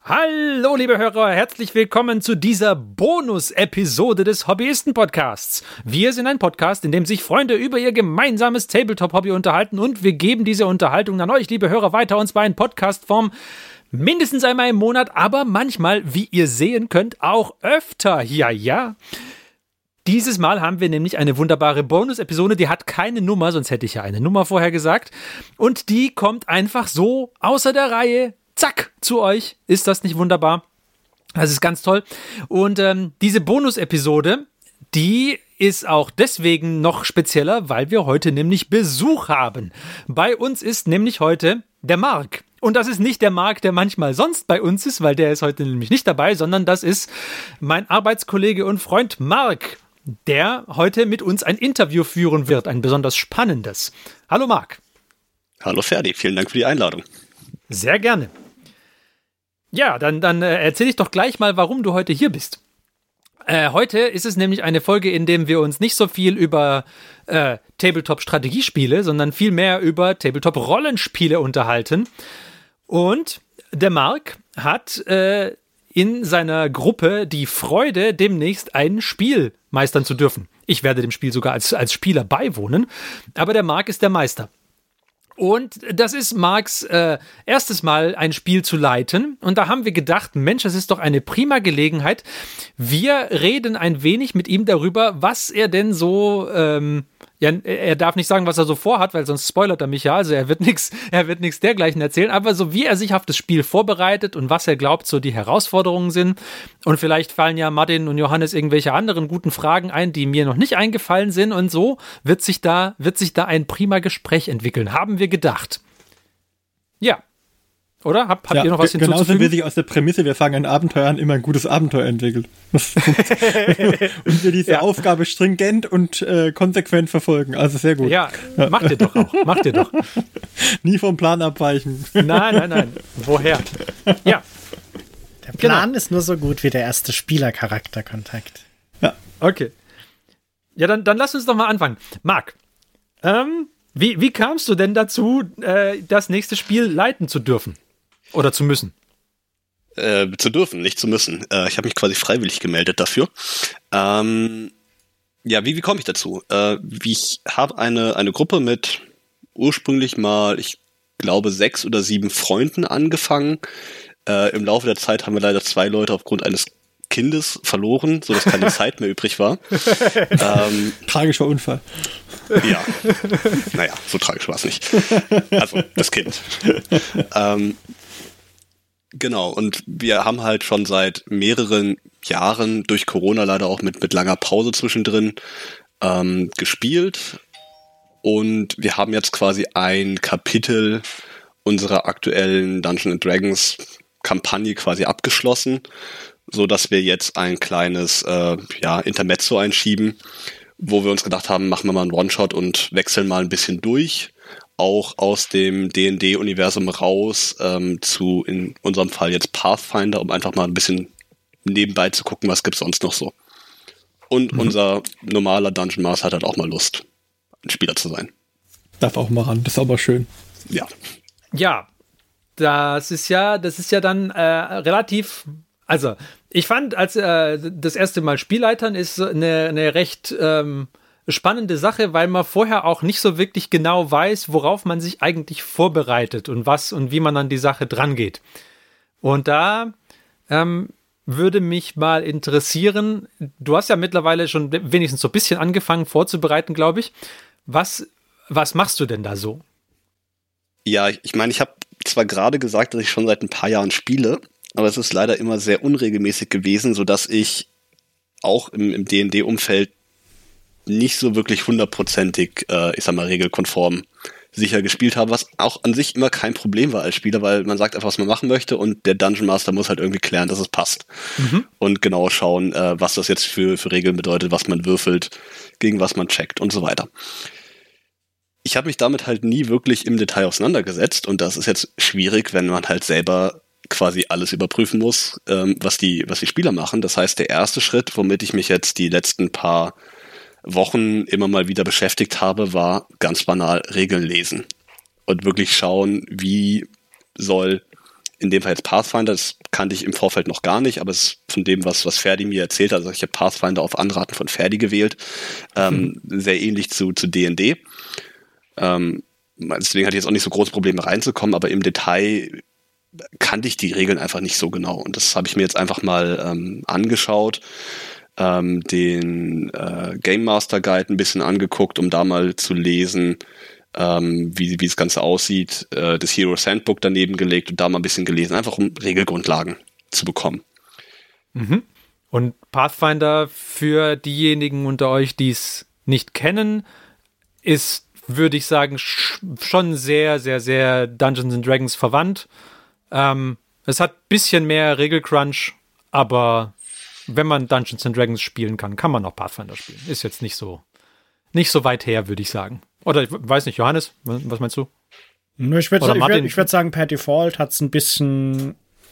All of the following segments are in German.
Hallo liebe Hörer, herzlich willkommen zu dieser Bonus-Episode des Hobbyisten-Podcasts. Wir sind ein Podcast, in dem sich Freunde über ihr gemeinsames Tabletop-Hobby unterhalten und wir geben diese Unterhaltung an euch, liebe Hörer, weiter, und zwar in Podcast-Form mindestens einmal im Monat, aber manchmal, wie ihr sehen könnt, auch öfter. Ja. Dieses Mal haben wir nämlich eine wunderbare Bonus-Episode, die hat keine Nummer, sonst hätte ich ja eine Nummer vorher gesagt. Und die kommt einfach so außer der Reihe, zack, zu euch. Ist das nicht wunderbar? Das ist ganz toll. Und diese Bonus-Episode, die ist auch deswegen noch spezieller, weil wir heute nämlich Besuch haben. Bei uns ist nämlich heute der Marc. Und das ist nicht der Marc, der manchmal sonst bei uns ist, weil der ist heute nämlich nicht dabei, sondern das ist mein Arbeitskollege und Freund Marc, der heute mit uns ein Interview führen wird, ein besonders spannendes. Hallo Marc. Hallo Ferdi, vielen Dank für die Einladung. Sehr gerne. Ja, dann erzähle ich doch gleich mal, warum du heute hier bist. Heute ist es nämlich eine Folge, in der wir uns nicht so viel über Tabletop-Strategiespiele, sondern viel mehr über Tabletop-Rollenspiele unterhalten. Und der Marc hat in seiner Gruppe die Freude, demnächst ein Spiel meistern zu dürfen. Ich werde dem Spiel sogar als Spieler beiwohnen, aber der Marc ist der Meister. Und das ist Marcs erstes Mal, ein Spiel zu leiten. Und da haben wir gedacht, Mensch, das ist doch eine prima Gelegenheit. Wir reden ein wenig mit ihm darüber, was er denn so, er darf nicht sagen, was er so vorhat, weil sonst spoilert er mich ja. Also er wird nichts dergleichen erzählen. Aber so wie er sich auf das Spiel vorbereitet und was er glaubt, so die Herausforderungen sind. Und vielleicht fallen ja Martin und Johannes irgendwelche anderen guten Fragen ein, die mir noch nicht eingefallen sind. Und so wird sich da ein prima Gespräch entwickeln. Haben wir gedacht. Ja. Oder? Habt ihr noch was hinzuzufügen? Genauso wie sich aus der Prämisse, wir fangen ein Abenteuer an, immer ein gutes Abenteuer entwickelt. Und wir diese Aufgabe stringent und konsequent verfolgen. Also sehr gut. Ja, macht ihr doch auch. Macht ihr doch. Nie vom Plan abweichen. Nein. Woher? Ja. Der Plan ist nur so gut wie der erste Spielercharakterkontakt. Ja. Okay. Ja, dann lass uns doch mal anfangen. Marc, wie kamst du denn dazu, das nächste Spiel leiten zu dürfen? Oder zu müssen? Zu dürfen, nicht zu müssen. Ich habe mich quasi freiwillig gemeldet dafür. Wie komme ich dazu? Ich habe eine Gruppe mit ursprünglich mal, ich glaube, 6 oder 7 Freunden angefangen. Im Laufe der Zeit haben wir leider 2 Leute aufgrund eines Kindes verloren, sodass keine Zeit mehr übrig war. Tragischer Unfall. Ja, naja, so tragisch war es nicht. Also, das Kind. Genau, und wir haben halt schon seit mehreren Jahren, durch Corona leider auch mit langer Pause zwischendrin, gespielt. Und wir haben jetzt quasi ein Kapitel unserer aktuellen Dungeons & Dragons Kampagne quasi abgeschlossen, so dass wir jetzt ein kleines Intermezzo einschieben, wo wir uns gedacht haben, machen wir mal einen One-Shot und wechseln mal ein bisschen durch, auch aus dem D&D-Universum raus zu, in unserem Fall jetzt Pathfinder, um einfach mal ein bisschen nebenbei zu gucken, was gibt's sonst noch so. Und unser normaler Dungeon Master hat halt auch mal Lust, ein Spieler zu sein. Darf auch mal ran, das ist aber schön. Ja. Ja, das ist ja dann relativ. Also, ich fand, als das erste Mal Spielleitern ist eine recht spannende Sache, weil man vorher auch nicht so wirklich genau weiß, worauf man sich eigentlich vorbereitet und was und wie man an die Sache dran geht. Und da würde mich mal interessieren, du hast ja mittlerweile schon wenigstens so ein bisschen angefangen vorzubereiten, glaube ich. Was machst du denn da so? Ja, ich meine, ich habe zwar gerade gesagt, dass ich schon seit ein paar Jahren spiele, aber es ist leider immer sehr unregelmäßig gewesen, sodass ich auch im D&D-Umfeld nicht so wirklich 100%ig, regelkonform sicher gespielt habe, was auch an sich immer kein Problem war als Spieler, weil man sagt einfach, was man machen möchte und der Dungeon Master muss halt irgendwie klären, dass es passt. Und genau schauen, was das jetzt für Regeln bedeutet, was man würfelt, gegen was man checkt und so weiter. Ich habe mich damit halt nie wirklich im Detail auseinandergesetzt und das ist jetzt schwierig, wenn man halt selber quasi alles überprüfen muss, was die Spieler machen. Das heißt, der erste Schritt, womit ich mich jetzt die letzten paar Wochen immer mal wieder beschäftigt habe, war ganz banal Regeln lesen und wirklich schauen, wie soll in dem Fall jetzt Pathfinder, das kannte ich im Vorfeld noch gar nicht, aber es ist von dem, was Ferdi mir erzählt hat, also ich habe Pathfinder auf Anraten von Ferdi gewählt, sehr ähnlich zu D&D. Deswegen hatte ich jetzt auch nicht so große Probleme reinzukommen, aber im Detail kannte ich die Regeln einfach nicht so genau. Und das habe ich mir jetzt einfach mal angeschaut, den Game Master Guide ein bisschen angeguckt, um da mal zu lesen, wie das Ganze aussieht, das Heroes Handbook daneben gelegt und da mal ein bisschen gelesen, einfach um Regelgrundlagen zu bekommen. Mhm. Und Pathfinder, für diejenigen unter euch, die es nicht kennen, ist, würde ich sagen, schon sehr, sehr, sehr Dungeons & Dragons verwandt. Es hat ein bisschen mehr Regelcrunch, aber wenn man Dungeons & Dragons spielen kann, kann man auch Pathfinder spielen. Ist jetzt nicht so weit her, würde ich sagen. Oder ich weiß nicht, Johannes, was meinst du? Ich würde sagen, per Default hat es ein bisschen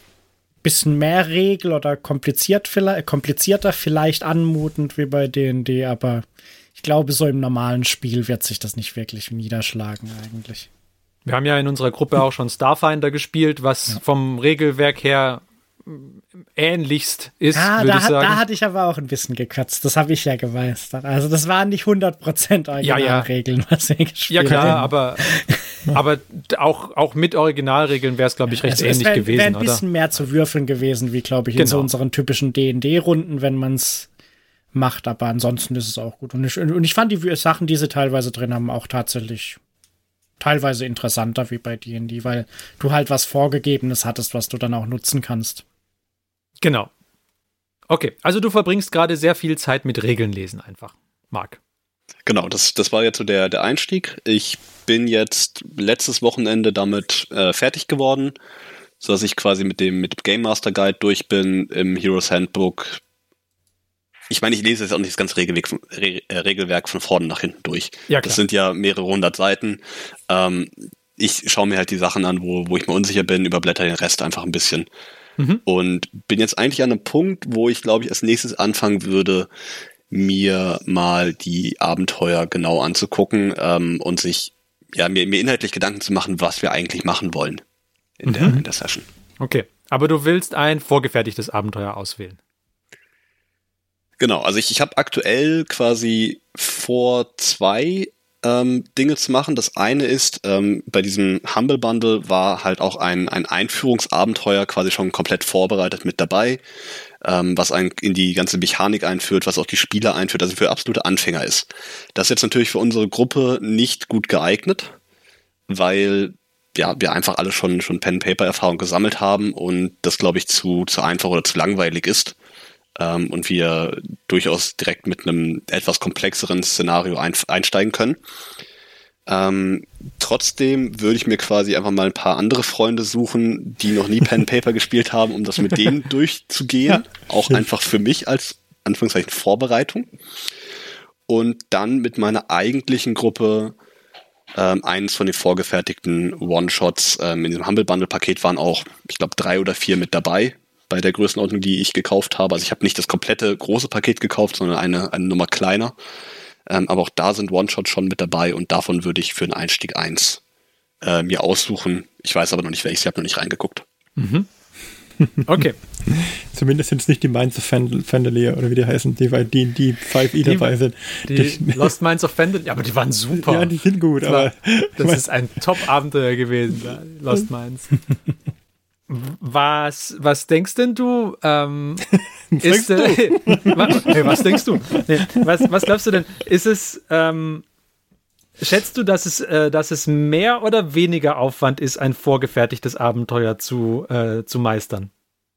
mehr Regel oder komplizierter vielleicht anmutend wie bei D&D, aber ich glaube, so im normalen Spiel wird sich das nicht wirklich niederschlagen eigentlich. Wir haben ja in unserer Gruppe auch schon Starfinder gespielt, was vom Regelwerk her ähnlichst ist, würde ich sagen. Da hatte ich aber auch ein bisschen gekratzt. Das habe ich ja gemeistert. Also das waren nicht 100% Originalregeln, was wir gespielt haben. Ja klar, aber auch mit Originalregeln wäre es, glaube ich, recht ähnlich gewesen, wäre ein bisschen mehr zu würfeln gewesen, wie, glaube ich, in so unseren typischen D&D-Runden, wenn man es macht. Aber ansonsten ist es auch gut. Und ich fand die Sachen, die sie teilweise drin haben, auch tatsächlich teilweise interessanter wie bei D&D, weil du halt was Vorgegebenes hattest, was du dann auch nutzen kannst. Genau. Okay, also du verbringst gerade sehr viel Zeit mit Regeln lesen einfach, Marc. Genau, das war jetzt so der Einstieg. Ich bin jetzt letztes Wochenende damit fertig geworden, sodass ich quasi mit dem Game Master Guide durch bin, im Heroes Handbook. Ich meine, ich lese jetzt auch nicht das ganze Regelwerk von vorne nach hinten durch. Ja, das sind ja mehrere hundert Seiten. Ich schaue mir halt die Sachen an, wo ich mir unsicher bin, überblätter den Rest einfach ein bisschen. Und bin jetzt eigentlich an einem Punkt, wo ich, glaube ich, als nächstes anfangen würde, mir mal die Abenteuer genau anzugucken und mir inhaltlich Gedanken zu machen, was wir eigentlich machen wollen in der Session. Okay, aber du willst ein vorgefertigtes Abenteuer auswählen. Genau, also ich habe aktuell quasi vor, 2 Dinge zu machen. Das eine ist, bei diesem Humble Bundle war halt auch ein Einführungsabenteuer quasi schon komplett vorbereitet mit dabei, was einen in die ganze Mechanik einführt, was auch die Spieler einführt, also für absolute Anfänger ist. Das ist jetzt natürlich für unsere Gruppe nicht gut geeignet, weil wir einfach alle schon Pen-Paper-Erfahrung gesammelt haben und das, glaube ich, zu einfach oder zu langweilig ist. Und wir durchaus direkt mit einem etwas komplexeren Szenario einsteigen können. Trotzdem würde ich mir quasi einfach mal ein paar andere Freunde suchen, die noch nie Pen and Paper gespielt haben, um das mit denen durchzugehen. Ja, auch einfach für mich als Anführungszeichen Vorbereitung. Und dann mit meiner eigentlichen Gruppe eines von den vorgefertigten One-Shots. In diesem Humble Bundle Paket waren auch, ich glaube, 3 oder 4 mit dabei. Bei der Größenordnung, die ich gekauft habe. Also ich habe nicht das komplette große Paket gekauft, sondern eine Nummer kleiner. Aber auch da sind One-Shots schon mit dabei und davon würde ich für den Einstieg 1 mir aussuchen. Ich weiß aber noch nicht welches, ich habe noch nicht reingeguckt. Okay. Zumindest sind es nicht die Minds of Fandelier oder wie die heißen, die 5e dabei sind. Die Lost Minds of Fandelier, aber die waren super. Ja, die sind gut, aber das ist ein Top-Abenteuer gewesen, Lost Minds. Was denkst denn du? Was denkst du? Nee, was glaubst du denn? Ist es, schätzt du, dass es mehr oder weniger Aufwand ist, ein vorgefertigtes Abenteuer zu meistern?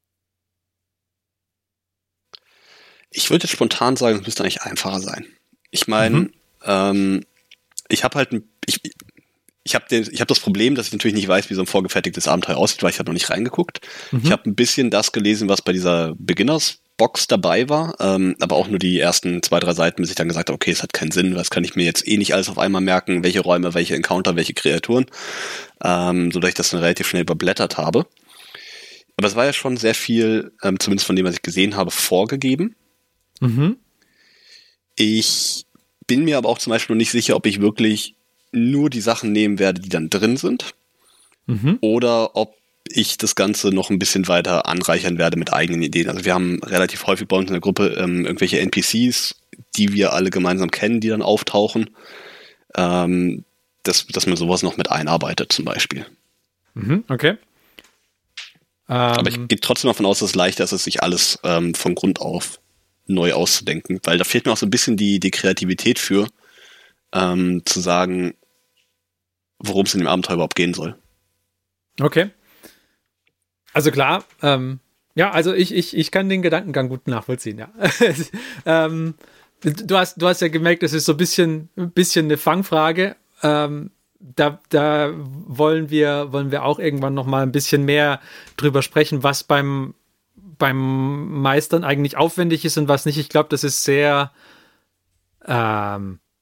Ich würde jetzt spontan sagen, es müsste eigentlich einfacher sein. Ich meine, ich habe halt ich habe das Problem, dass ich natürlich nicht weiß, wie so ein vorgefertigtes Abenteuer aussieht, weil ich habe noch nicht reingeguckt. Ich habe ein bisschen das gelesen, was bei dieser Beginners-Box dabei war, aber auch nur die ersten 2, 3 Seiten, bis ich dann gesagt habe, okay, es hat keinen Sinn, das kann ich mir jetzt nicht alles auf einmal merken, welche Räume, welche Encounter, welche Kreaturen, sodass ich das dann relativ schnell überblättert habe. Aber es war ja schon sehr viel, zumindest von dem, was ich gesehen habe, vorgegeben. Ich bin mir aber auch zum Beispiel noch nicht sicher, ob ich wirklich nur die Sachen nehmen werde, die dann drin sind. Oder ob ich das Ganze noch ein bisschen weiter anreichern werde mit eigenen Ideen. Also wir haben relativ häufig bei uns in der Gruppe irgendwelche NPCs, die wir alle gemeinsam kennen, die dann auftauchen, dass man sowas noch mit einarbeitet zum Beispiel. Okay. Aber ich gehe trotzdem davon aus, dass es leichter ist, sich alles von Grund auf neu auszudenken, weil da fehlt mir auch so ein bisschen die Kreativität für, zu sagen, worum es in dem Abenteuer überhaupt gehen soll. Okay. Also klar, ja, also ich kann den Gedankengang gut nachvollziehen, ja. Du hast ja gemerkt, es ist so ein bisschen eine Fangfrage. Da wollen wir auch irgendwann noch mal ein bisschen mehr drüber sprechen, was beim Meistern eigentlich aufwendig ist und was nicht. Ich glaube, das ist sehr das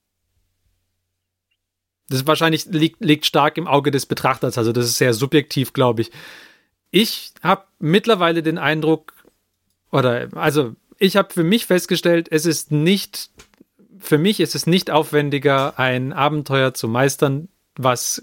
ist wahrscheinlich liegt stark im Auge des Betrachters, also das ist sehr subjektiv, glaube ich. Ich habe mittlerweile den Eindruck, ich habe für mich festgestellt, für mich ist es nicht aufwendiger, ein Abenteuer zu meistern, was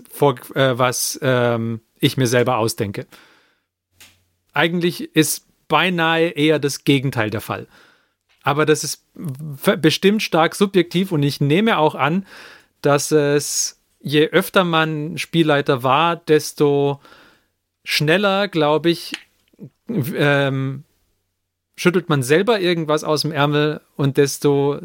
ich mir selber ausdenke. Eigentlich ist beinahe eher das Gegenteil der Fall. Aber das ist bestimmt stark subjektiv und ich nehme auch an, dass es, je öfter man Spielleiter war, desto schneller, glaube ich, schüttelt man selber irgendwas aus dem Ärmel und desto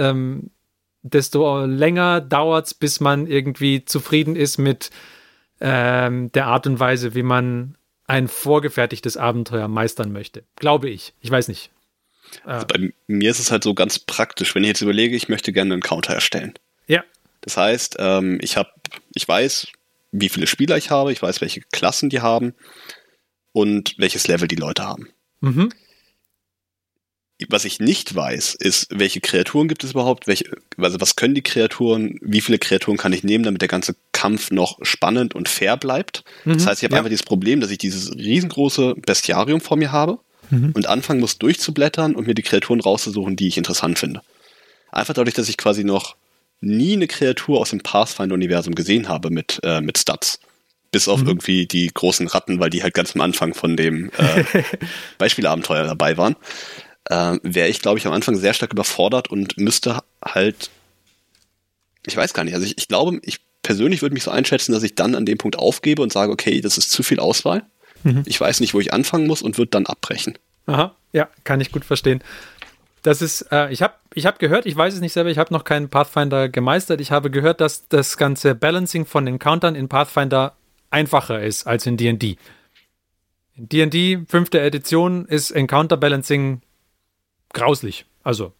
länger dauert es, bis man irgendwie zufrieden ist mit der Art und Weise, wie man ein vorgefertigtes Abenteuer meistern möchte. Glaube ich. Ich weiß nicht. Also bei mir ist es halt so ganz praktisch, wenn ich jetzt überlege, ich möchte gerne einen Counter erstellen. Ja. Das heißt, ich weiß, wie viele Spieler ich habe, ich weiß, welche Klassen die haben und welches Level die Leute haben. Mhm. Was ich nicht weiß, ist, welche Kreaturen gibt es überhaupt, was können die Kreaturen, wie viele Kreaturen kann ich nehmen, damit der ganze Kampf noch spannend und fair bleibt. Das heißt, ich habe einfach dieses Problem, dass ich dieses riesengroße Bestiarium vor mir habe und anfangen muss durchzublättern und mir die Kreaturen rauszusuchen, die ich interessant finde. Einfach dadurch, dass ich quasi noch nie eine Kreatur aus dem Pathfinder-Universum gesehen habe mit Stats. Bis auf irgendwie die großen Ratten, weil die halt ganz am Anfang von dem Beispielabenteuer dabei waren. Wäre ich, glaube ich, am Anfang sehr stark überfordert und müsste halt, ich weiß gar nicht, also ich glaube, ich persönlich würde mich so einschätzen, dass ich dann an dem Punkt aufgebe und sage, okay, das ist zu viel Auswahl. Ich weiß nicht, wo ich anfangen muss und würde dann abbrechen. Aha, ja, kann ich gut verstehen. Das ist, ich hab gehört, ich weiß es nicht selber, ich habe noch keinen Pathfinder gemeistert, ich habe gehört, dass das ganze Balancing von Encountern in Pathfinder einfacher ist als in D&D. In D&D 5. Edition ist Encounter-Balancing grauslich. Also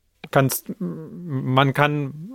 man kann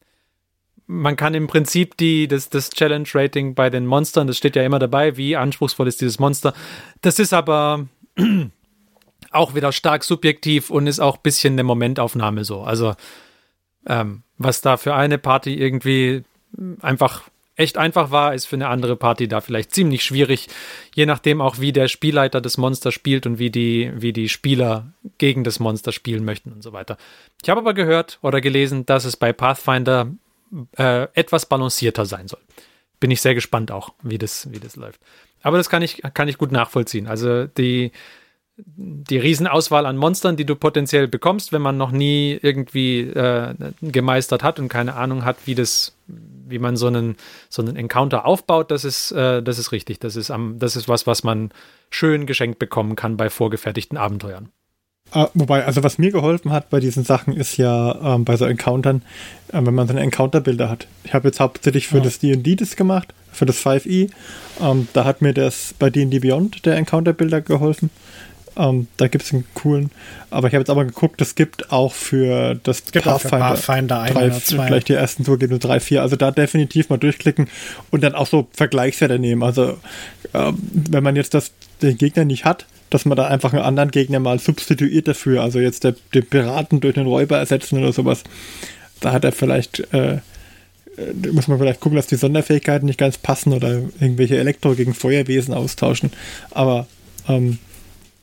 im Prinzip das Challenge-Rating bei den Monstern, das steht ja immer dabei, wie anspruchsvoll ist dieses Monster. Das ist aber auch wieder stark subjektiv und ist auch ein bisschen eine Momentaufnahme so. Also was da für eine Party irgendwie echt einfach war, ist für eine andere Party da vielleicht ziemlich schwierig, je nachdem auch, wie der Spielleiter das Monster spielt und wie die Spieler gegen das Monster spielen möchten und so weiter. Ich habe aber gehört oder gelesen, dass es bei Pathfinder etwas balancierter sein soll. Bin ich sehr gespannt auch, wie das läuft. Aber das kann ich gut nachvollziehen. Also die Riesenauswahl an Monstern, die du potenziell bekommst, wenn man noch nie irgendwie gemeistert hat und keine Ahnung hat, wie man so einen Encounter aufbaut, das ist richtig. Das ist was man schön geschenkt bekommen kann bei vorgefertigten Abenteuern. Wobei, also was mir geholfen hat bei diesen Sachen ist ja bei so Encountern, wenn man so eine Encounter-Bilder hat. Ich habe jetzt hauptsächlich für das D&D das gemacht, für das 5e. Da hat mir das bei D&D Beyond der Encounter-Bilder geholfen. Da gibt es einen coolen, aber ich habe jetzt aber geguckt, es gibt auch für das Pathfinder 1 oder 2. Gleich die ersten Tour geht nur 3, 4, also da definitiv mal durchklicken und dann auch so Vergleichswerte nehmen. Also wenn man jetzt den Gegner nicht hat, dass man da einfach einen anderen Gegner mal substituiert dafür, also jetzt den Piraten durch einen Räuber ersetzen oder sowas. Da hat er vielleicht, muss man vielleicht gucken, dass die Sonderfähigkeiten nicht ganz passen oder irgendwelche Elektro gegen Feuerwesen austauschen. Aber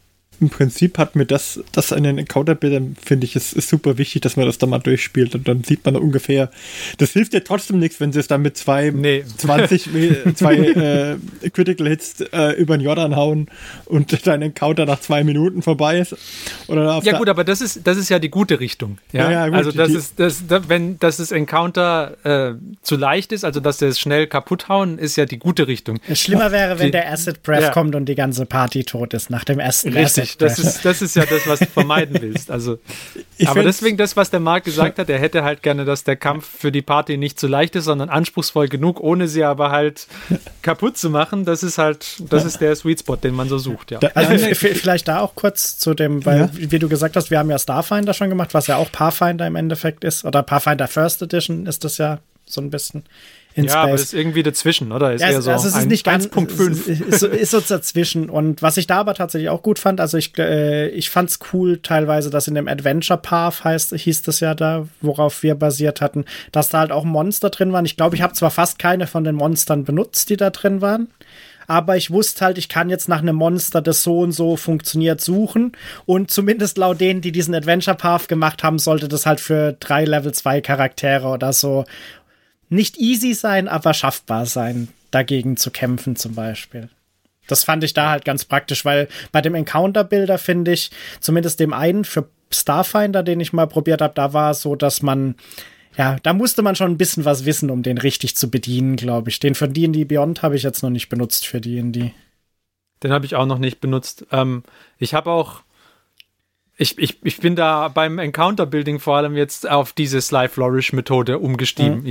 im Prinzip hat mir das an den Encounter-Bildern, finde ich, ist super wichtig, dass man das da mal durchspielt und dann sieht man ungefähr, das hilft dir trotzdem nichts, wenn sie es dann mit 20 Critical Hits über den Jordan hauen und dein Encounter nach 2 Minuten vorbei ist. Oder ja gut, aber das ist ja die gute Richtung. Ja, gut, also wenn das Encounter zu leicht ist, also dass sie es schnell kaputt hauen, ist ja die gute Richtung. Schlimmer wäre, wenn der Acid Breath kommt und die ganze Party tot ist nach dem ersten Richtig, das ist ja das, was du vermeiden willst. Also, aber deswegen das, was der Marc gesagt hat, er hätte halt gerne, dass der Kampf für die Party nicht zu leicht ist, sondern anspruchsvoll genug, ohne sie aber halt kaputt zu machen. Das ist der Sweet Spot, den man so sucht, ja. Also vielleicht da auch kurz zu dem, weil, wie du gesagt hast, wir haben ja Starfinder schon gemacht, was ja auch Pathfinder im Endeffekt ist, oder Pathfinder First Edition ist das ja so ein bisschen. Aber das ist irgendwie dazwischen, oder? Ist eher so also es ist nicht ganz 1.5. Ist so dazwischen. Und was ich da aber tatsächlich auch gut fand, also ich fand's cool teilweise, dass in dem Adventure Path hieß das ja da, worauf wir basiert hatten, dass da halt auch Monster drin waren. Ich glaube, ich habe zwar fast keine von den Monstern benutzt, die da drin waren, aber ich wusste halt, ich kann jetzt nach einem Monster, das so und so funktioniert, suchen. Und zumindest laut denen, die diesen Adventure Path gemacht haben, sollte das halt für 3 Level 2 Charaktere oder so nicht easy sein, aber schaffbar sein, dagegen zu kämpfen zum Beispiel. Das fand ich da halt ganz praktisch, weil bei dem Encounter-Bilder finde ich, zumindest dem einen für Starfinder, den ich mal probiert habe, da war es so, dass man, ja, da musste man schon ein bisschen was wissen, um den richtig zu bedienen, glaube ich. Den für D&D Beyond habe ich jetzt noch nicht benutzt für D&D. Den habe ich auch noch nicht benutzt. Ich habe auch Ich bin da beim Encounter-Building vor allem jetzt auf diese Sly Flourish-Methode umgestiegen.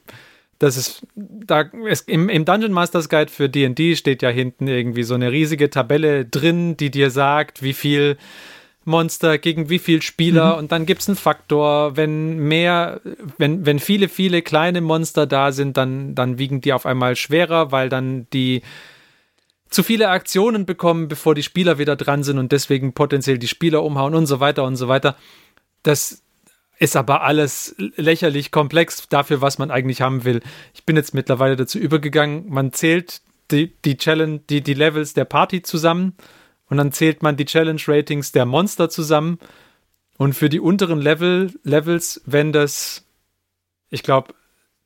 Im Dungeon Masters Guide für D&D steht ja hinten irgendwie so eine riesige Tabelle drin, die dir sagt, wie viel Monster gegen wie viel Spieler und dann gibt es einen Faktor, wenn viele, viele kleine Monster da sind, dann wiegen die auf einmal schwerer, weil dann die zu viele Aktionen bekommen, bevor die Spieler wieder dran sind und deswegen potenziell die Spieler umhauen und so weiter und so weiter. Das ist aber alles lächerlich komplex dafür, was man eigentlich haben will. Ich bin jetzt mittlerweile dazu übergegangen, man zählt die Levels der Party zusammen und dann zählt man die Challenge-Ratings der Monster zusammen und für die unteren Levels, wenn das, ich glaube,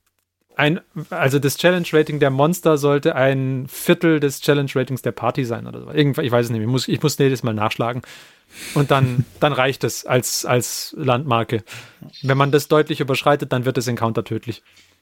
also das Challenge-Rating der Monster sollte 1/4 des Challenge-Ratings der Party sein oder so. Irgendwann, ich weiß es nicht, ich muss jedes Mal nachschlagen. Und dann reicht es als Landmarke. Wenn man das deutlich überschreitet, dann wird das Encounter tödlich.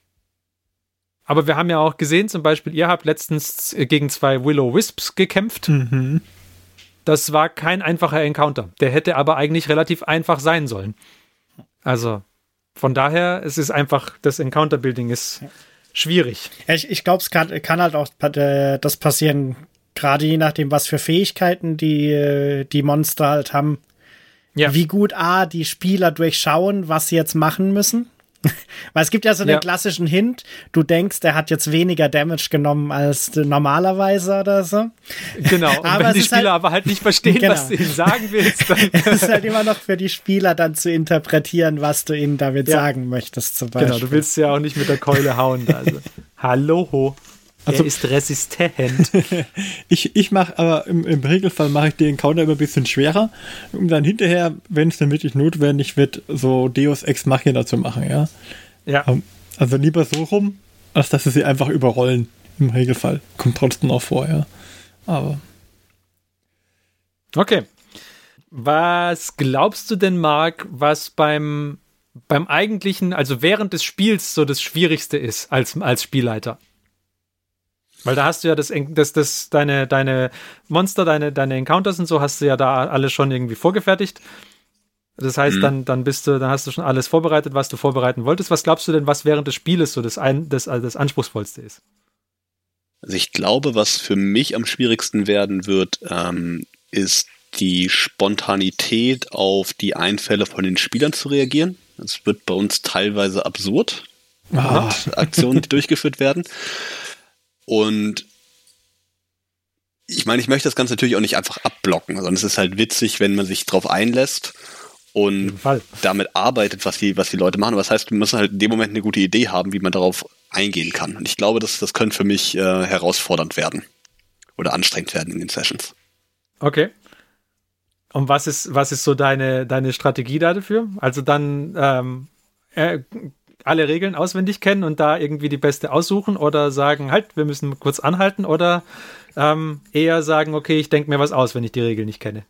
Aber wir haben ja auch gesehen, zum Beispiel, ihr habt letztens gegen 2 Will-O-Wisps gekämpft. Mhm. Das war kein einfacher Encounter. Der hätte aber eigentlich relativ einfach sein sollen. Also von daher, es ist einfach, das Encounter-Building ist schwierig. Ich glaube, es kann halt auch das passieren, gerade je nachdem, was für Fähigkeiten die Monster halt haben. Ja. Wie gut die Spieler durchschauen, was sie jetzt machen müssen. Weil es gibt ja so den klassischen Hint, du denkst, der hat jetzt weniger Damage genommen als normalerweise oder so. Genau, und aber wenn die Spieler aber halt nicht verstehen, was du ihnen sagen willst. Dann es ist halt immer noch für die Spieler dann zu interpretieren, was du ihnen damit sagen möchtest zum Beispiel. Genau, du willst ja auch nicht mit der Keule hauen. Also, hallo, er ist resistent. Ich mache aber im Regelfall mache ich den Encounter immer ein bisschen schwerer, um dann hinterher, wenn es dann wirklich notwendig wird, so Deus Ex Machina zu machen, ja. Ja. Also lieber so rum, als dass sie einfach überrollen. Im Regelfall. Kommt trotzdem auch vor, ja. Aber. Okay. Was glaubst du denn, Marc, was beim eigentlichen, also während des Spiels so das Schwierigste ist als Spielleiter? Weil da hast du ja deine Monster, deine Encounters und so hast du ja da alle schon irgendwie vorgefertigt. Das heißt, dann hast du schon alles vorbereitet, was du vorbereiten wolltest. Was glaubst du denn, was während des Spieles so das Anspruchsvollste ist? Also ich glaube, was für mich am schwierigsten werden wird, ist die Spontanität auf die Einfälle von den Spielern zu reagieren. Das wird bei uns teilweise absurd. Aktionen, die durchgeführt werden. Und ich meine, ich möchte das Ganze natürlich auch nicht einfach abblocken, sondern es ist halt witzig, wenn man sich drauf einlässt und damit arbeitet, was die Leute machen. Aber das heißt, wir müssen halt in dem Moment eine gute Idee haben, wie man darauf eingehen kann. Und ich glaube, das könnte für mich herausfordernd werden oder anstrengend werden in den Sessions. Okay. Und was ist so deine Strategie dafür? Also dann alle Regeln auswendig kennen und da irgendwie die beste aussuchen oder sagen, halt, wir müssen kurz anhalten oder eher sagen, okay, ich denke mir was aus, wenn ich die Regeln nicht kenne?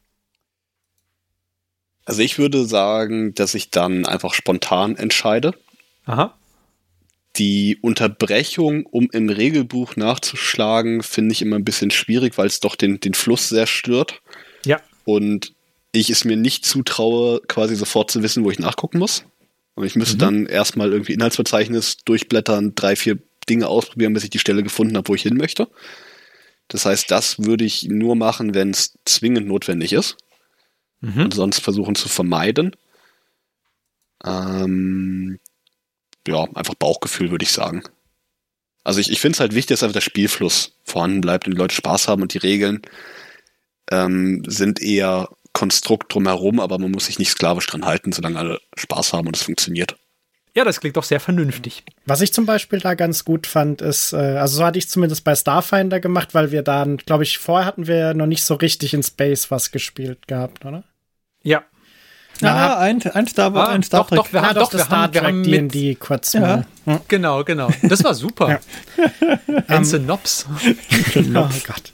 Also ich würde sagen, dass ich dann einfach spontan entscheide. Aha. Die Unterbrechung, um im Regelbuch nachzuschlagen, finde ich immer ein bisschen schwierig, weil es doch den Fluss sehr stört. Ja. Und ich es mir nicht zutraue, quasi sofort zu wissen, wo ich nachgucken muss. Und ich müsste dann erstmal irgendwie Inhaltsverzeichnis durchblättern, 3, 4 Dinge ausprobieren, bis ich die Stelle gefunden habe, wo ich hin möchte. Das heißt, das würde ich nur machen, wenn es zwingend notwendig ist. Und sonst versuchen zu vermeiden. Ja, einfach Bauchgefühl, würde ich sagen. Also ich finde es halt wichtig, dass einfach der Spielfluss vorhanden bleibt und die Leute Spaß haben und die Regeln sind eher Konstrukt drumherum, aber man muss sich nicht sklavisch dran halten, solange alle Spaß haben und es funktioniert. Ja, das klingt doch sehr vernünftig. Was ich zum Beispiel da ganz gut fand, ist, also so hatte ich zumindest bei Starfinder gemacht, weil wir dann, glaube ich, vorher hatten wir noch nicht so richtig in Space was gespielt gehabt, oder? Ja. Ja, ein Star Trek. Doch, wir haben Star Trek D&D kurz mal. Genau. Das war super. Ense Nops. Oh Gott.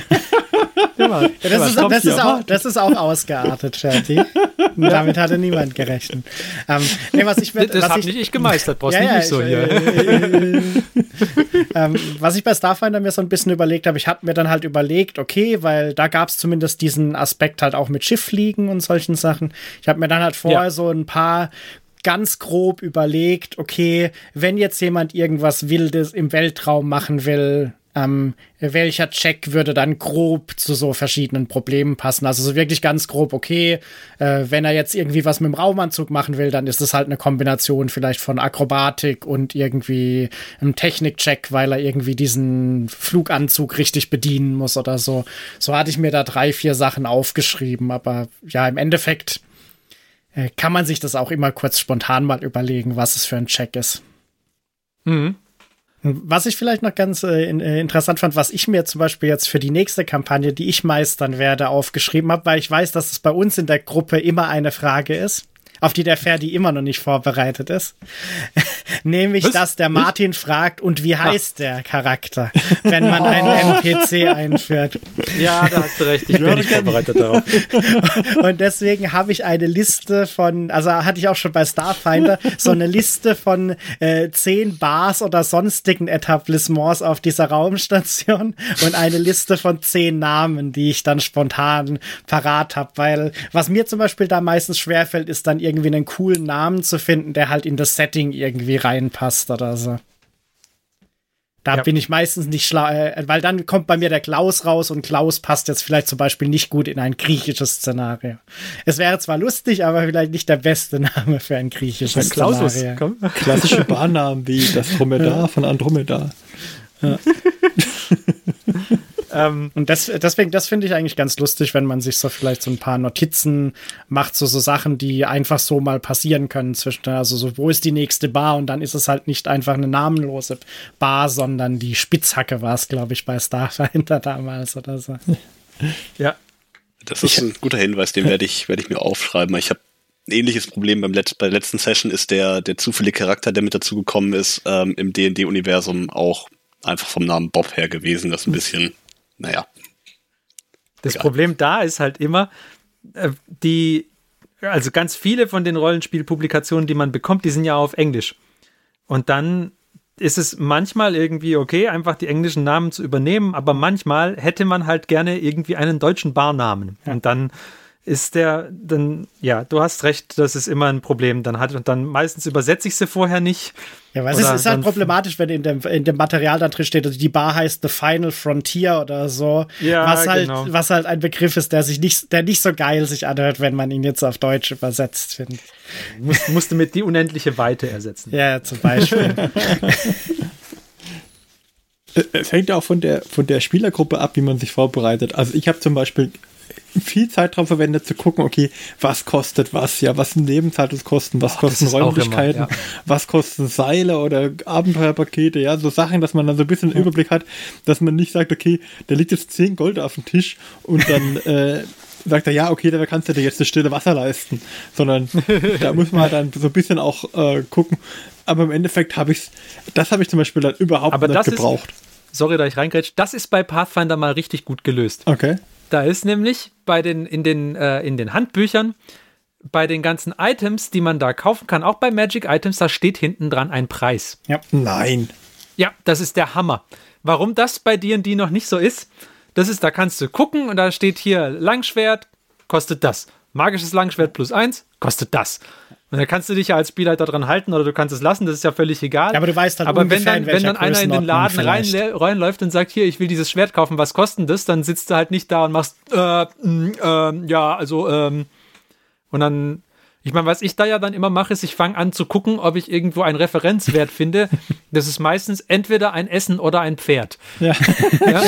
Das ist auch ausgeartet, Shanty. Damit hatte niemand gerechnet. Das habe nicht ich gemeistert, brauchst nicht so hier. Was ich bei Starfinder mir so ein bisschen überlegt habe, ich hatte mir dann halt überlegt, okay, weil da gab es zumindest diesen Aspekt halt auch mit Schifffliegen und solchen Sachen. Ich habe mir dann halt vorher so ein paar ganz grob überlegt, okay, wenn jetzt jemand irgendwas Wildes im Weltraum machen will, welcher Check würde dann grob zu so verschiedenen Problemen passen? Also so wirklich ganz grob, okay, wenn er jetzt irgendwie was mit dem Raumanzug machen will, dann ist es halt eine Kombination vielleicht von Akrobatik und irgendwie einem Technik-Check, weil er irgendwie diesen Fluganzug richtig bedienen muss oder so. So hatte ich mir da 3, 4 Sachen aufgeschrieben, aber ja, im Endeffekt kann man sich das auch immer kurz spontan mal überlegen, was es für ein Check ist. Was ich vielleicht noch ganz interessant fand, was ich mir zum Beispiel jetzt für die nächste Kampagne, die ich meistern werde, aufgeschrieben habe, weil ich weiß, dass es bei uns in der Gruppe immer eine Frage ist, auf die der Ferdi immer noch nicht vorbereitet ist. Nämlich, dass der Martin fragt, und wie heißt der Charakter, wenn man einen NPC einführt. Ja, da hast du recht, ich bin nicht vorbereitet darauf. Und deswegen habe ich eine Liste von, also hatte ich auch schon bei Starfinder, so eine Liste von 10 Bars oder sonstigen Etablissements auf dieser Raumstation und eine Liste von 10 Namen, die ich dann spontan parat habe, weil was mir zum Beispiel da meistens schwerfällt, ist dann irgendwie einen coolen Namen zu finden, der halt in das Setting irgendwie reinpasst oder so. Da bin ich meistens nicht schlau, weil dann kommt bei mir der Klaus raus und Klaus passt jetzt vielleicht zum Beispiel nicht gut in ein griechisches Szenario. Es wäre zwar lustig, aber vielleicht nicht der beste Name für ein griechisches Szenario. Klassische Barnamen wie das Dromedar von Andromeda. Ja. Und deswegen, das finde ich eigentlich ganz lustig, wenn man sich so vielleicht so ein paar Notizen macht, so Sachen, die einfach so mal passieren können zwischen, also so, wo ist die nächste Bar? Und dann ist es halt nicht einfach eine namenlose Bar, sondern die Spitzhacke war es, glaube ich, bei Starfinder damals oder so. Ja. Das ist ein guter Hinweis, den werde ich mir aufschreiben. Ich habe ein ähnliches Problem bei der letzten Session, ist der zufällige Charakter, der mit dazu gekommen ist, im D&D-Universum auch einfach vom Namen Bob her gewesen. Das ist ein bisschen, naja. Das egal. Problem da ist halt immer, also ganz viele von den Rollenspielpublikationen, die man bekommt, die sind ja auf Englisch. Und dann ist es manchmal irgendwie okay, einfach die englischen Namen zu übernehmen, aber manchmal hätte man halt gerne irgendwie einen deutschen Barnamen. Ja. Und dann ist du hast recht, das ist immer ein Problem. Dann meistens übersetze ich sie vorher nicht. Ja, weil es ist halt problematisch, wenn in dem Material dann drin steht, also die Bar heißt The Final Frontier oder so. Ja, was halt ein Begriff ist, der nicht so geil sich anhört, wenn man ihn jetzt auf Deutsch übersetzt, finde ich. Musste mit die unendliche Weite ersetzen. Ja, zum Beispiel. Es hängt ja auch von der Spielergruppe ab, wie man sich vorbereitet. Also ich habe zum Beispiel viel Zeit darauf verwendet, zu gucken, okay, was kostet was, ja, was sind Lebenshaltungskosten, was kosten Räumlichkeiten, immer, was kosten Seile oder Abenteuerpakete, ja, so Sachen, dass man dann so ein bisschen einen Überblick hat, dass man nicht sagt, okay, da liegt jetzt 10 Gold auf dem Tisch und dann sagt er, ja, okay, da kannst du dir jetzt das stille Wasser leisten. Sondern da muss man halt dann so ein bisschen auch gucken. Aber im Endeffekt habe ich zum Beispiel dann überhaupt nicht gebraucht. Sorry, da ich reingrätsch, das ist bei Pathfinder mal richtig gut gelöst. Okay. Da ist nämlich in den Handbüchern, bei den ganzen Items, die man da kaufen kann, auch bei Magic Items, da steht hinten dran ein Preis. Ja. Nein. Ja, das ist der Hammer. Warum das bei D&D noch nicht so ist, da kannst du gucken und da steht hier Langschwert, kostet das. Magisches Langschwert +1, kostet das. Und dann kannst du dich ja als Spielleiter dran halten oder du kannst es lassen, das ist ja völlig egal. Ja, aber du weißt halt aber ungefähr, wenn dann einer in den Laden reinläuft und sagt, hier, ich will dieses Schwert kaufen, was kostet das? Dann sitzt du halt nicht da und machst, und dann, ich meine, was ich da ja dann immer mache, ist, ich fange an zu gucken, ob ich irgendwo einen Referenzwert finde. Das ist meistens entweder ein Essen oder ein Pferd. Ja. Ja,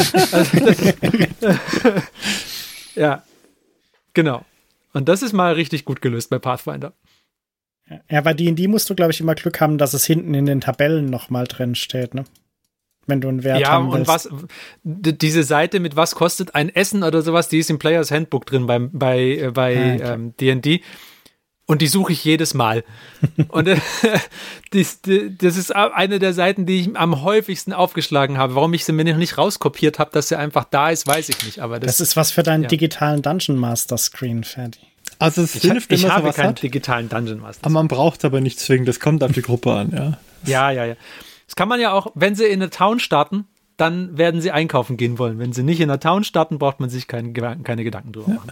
ja, genau. Und das ist mal richtig gut gelöst bei Pathfinder. Ja, bei D&D musst du, glaube ich, immer Glück haben, dass es hinten in den Tabellen nochmal drin steht, ne? Wenn du einen Wert haben willst. Ja, und diese Seite mit was kostet ein Essen oder sowas, die ist im Players Handbook drin bei D&D. Und die suche ich jedes Mal. Und das ist eine der Seiten, die ich am häufigsten aufgeschlagen habe. Warum ich sie mir noch nicht rauskopiert habe, dass sie einfach da ist, weiß ich nicht. Aber das ist was für deinen digitalen Dungeon Master Screen, Ferdi. Also es hilft, wenn man habe sowas keinen hat. digitalen Dungeon Master. Aber man braucht es aber nicht zwingend, das kommt auf die Gruppe an, ja. Ja. Das kann man ja auch, wenn sie in eine Town starten, dann werden sie einkaufen gehen wollen. Wenn sie nicht in einer Town starten, braucht man sich keine Gedanken drüber machen.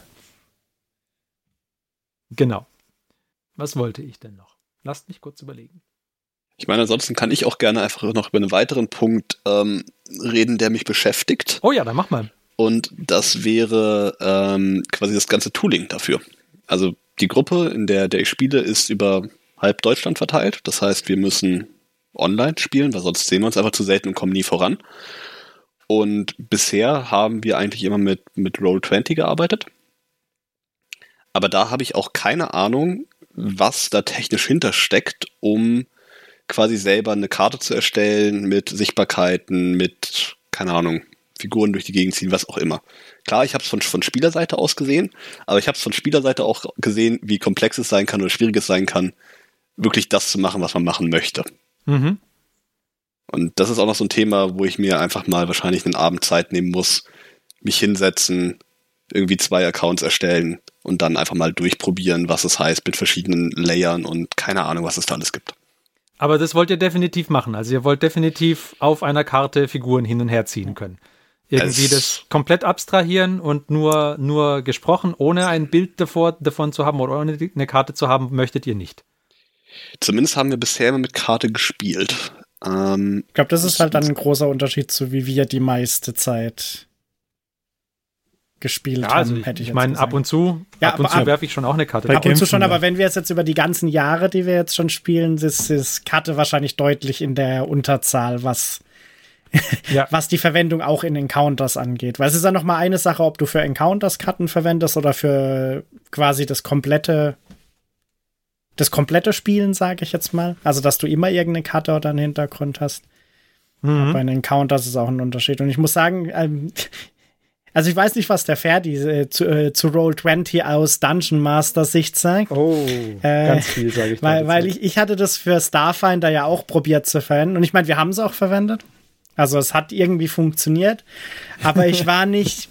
Genau. Was wollte ich denn noch? Lasst mich kurz überlegen. Ich meine, ansonsten kann ich auch gerne einfach noch über einen weiteren Punkt reden, der mich beschäftigt. Oh ja, dann mach mal. Und das wäre quasi das ganze Tooling dafür. Also die Gruppe, in der ich spiele, ist über halb Deutschland verteilt. Das heißt, wir müssen online spielen, weil sonst sehen wir uns einfach zu selten und kommen nie voran. Und bisher haben wir eigentlich immer mit Roll20 gearbeitet. Aber da habe ich auch keine Ahnung, was da technisch hintersteckt, um quasi selber eine Karte zu erstellen mit Sichtbarkeiten, mit, keine Ahnung, Figuren durch die Gegend ziehen, was auch immer. Klar, ich habe es von Spielerseite aus gesehen, aber ich habe es von Spielerseite auch gesehen, wie komplex es sein kann oder schwierig es sein kann, wirklich das zu machen, was man machen möchte. Mhm. Und das ist auch noch so ein Thema, wo ich mir einfach mal wahrscheinlich einen Abend Zeit nehmen muss, mich hinsetzen, irgendwie 2 Accounts erstellen und dann einfach mal durchprobieren, was es heißt mit verschiedenen Layern und keine Ahnung, was es da alles gibt. Aber das wollt ihr definitiv machen. Also ihr wollt definitiv auf einer Karte Figuren hin und her ziehen können. Irgendwie das komplett abstrahieren und nur gesprochen, ohne ein Bild davon zu haben oder ohne eine Karte zu haben, möchtet ihr nicht. Zumindest haben wir bisher immer mit Karte gespielt. Ich glaube, das ist halt dann ein großer Unterschied zu, wie wir die meiste Zeit gespielt haben, also hätte ich meine, gesagt. ab und zu werfe ich schon auch eine Karte. Ab und zu schon, aber wenn wir jetzt über die ganzen Jahre, die wir jetzt schon spielen, ist Karte wahrscheinlich deutlich in der Unterzahl, was die Verwendung auch in Encounters angeht. Weil es ist ja noch mal eine Sache, ob du für Encounters Karten verwendest oder für quasi das komplette Spielen, sage ich jetzt mal. Also, dass du immer irgendeine Karte oder einen Hintergrund hast. Mhm. Bei den Encounters ist auch ein Unterschied. Und ich muss sagen, also ich weiß nicht, was der Ferdi zu Roll20 aus Dungeon Master Sicht sagt. Oh, ganz viel, sage ich. Weil ich hatte das für Starfinder ja auch probiert zu verwenden. Und ich meine, wir haben es auch verwendet. Also es hat irgendwie funktioniert. Aber ich war nicht,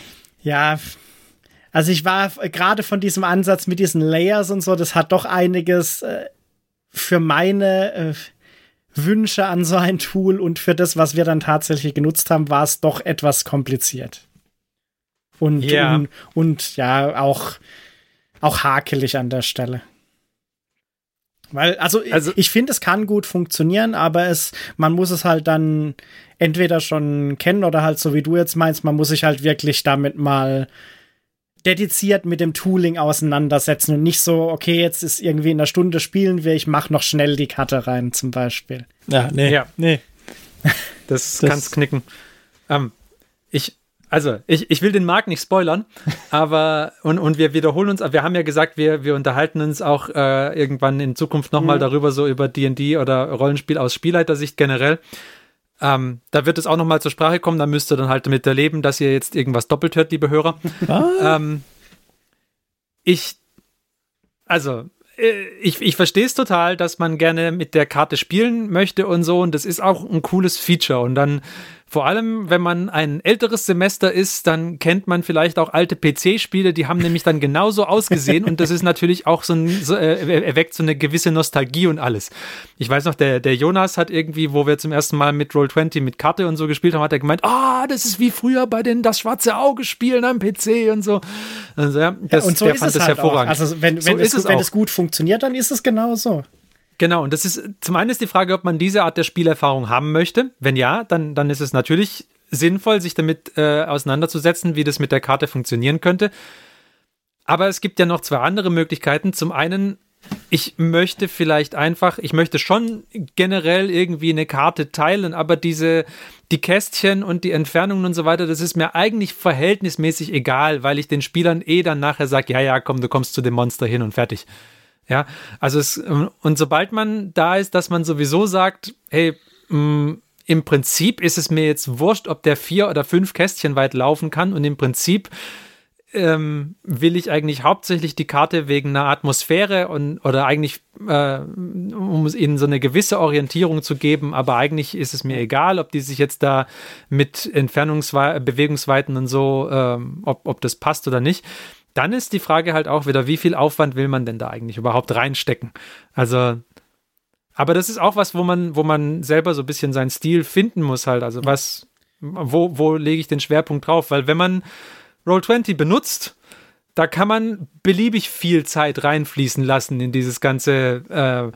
also ich war gerade von diesem Ansatz mit diesen Layers und so, das hat doch einiges für meine Wünsche an so ein Tool und für das, was wir dann tatsächlich genutzt haben, war es doch etwas kompliziert. Und auch hakelig an der Stelle. Weil, also ich finde, es kann gut funktionieren, aber man muss es halt dann entweder schon kennen oder halt so wie du jetzt meinst, man muss sich halt wirklich damit mal dediziert mit dem Tooling auseinandersetzen und nicht so, okay, jetzt ist irgendwie in einer Stunde spielen wir, ich mache noch schnell die Karte rein zum Beispiel. Nee. Das kann's knicken. Ich will den Marc nicht spoilern, aber und wir wiederholen uns, wir haben ja gesagt, wir unterhalten uns auch irgendwann in Zukunft nochmal darüber, so über D&D oder Rollenspiel aus Spielleitersicht generell. Da wird es auch nochmal zur Sprache kommen, da müsst ihr dann halt damit erleben, dass ihr jetzt irgendwas doppelt hört, liebe Hörer. ich verstehe es total, dass man gerne mit der Karte spielen möchte und so, und das ist auch ein cooles Feature. Und dann, vor allem, wenn man ein älteres Semester ist, dann kennt man vielleicht auch alte PC-Spiele, die haben nämlich dann genauso ausgesehen, und das ist natürlich auch erweckt so eine gewisse Nostalgie und alles. Ich weiß noch, der Jonas hat irgendwie, wo wir zum ersten Mal mit Roll20 mit Karte und so gespielt haben, hat er gemeint, das ist wie früher bei den Das Schwarze Auge spielen am PC und so. Also, und so der fand das halt hervorragend. Auch. Also wenn es gut funktioniert, dann ist es genau so. Genau, und das ist, zum einen ist die Frage, ob man diese Art der Spielerfahrung haben möchte. Wenn ja, dann ist es natürlich sinnvoll, sich damit auseinanderzusetzen, wie das mit der Karte funktionieren könnte. Aber es gibt ja noch 2 andere Möglichkeiten. Zum einen, ich möchte schon generell irgendwie eine Karte teilen, aber die Kästchen und die Entfernungen und so weiter, das ist mir eigentlich verhältnismäßig egal, weil ich den Spielern dann nachher sage, ja, komm, du kommst zu dem Monster hin und fertig. Ja, also und sobald man da ist, dass man sowieso sagt, hey, im Prinzip ist es mir jetzt wurscht, ob der 4 oder 5 Kästchen weit laufen kann, und im Prinzip will ich eigentlich hauptsächlich die Karte wegen einer Atmosphäre oder eigentlich, um ihnen so eine gewisse Orientierung zu geben, aber eigentlich ist es mir egal, ob die sich jetzt da mit Bewegungsweiten und so, ob das passt oder nicht. Dann ist die Frage halt auch wieder, wie viel Aufwand will man denn da eigentlich überhaupt reinstecken? Also, aber das ist auch was, wo man selber so ein bisschen seinen Stil finden muss halt. Also wo lege ich den Schwerpunkt drauf? Weil wenn man Roll20 benutzt, da kann man beliebig viel Zeit reinfließen lassen in dieses ganze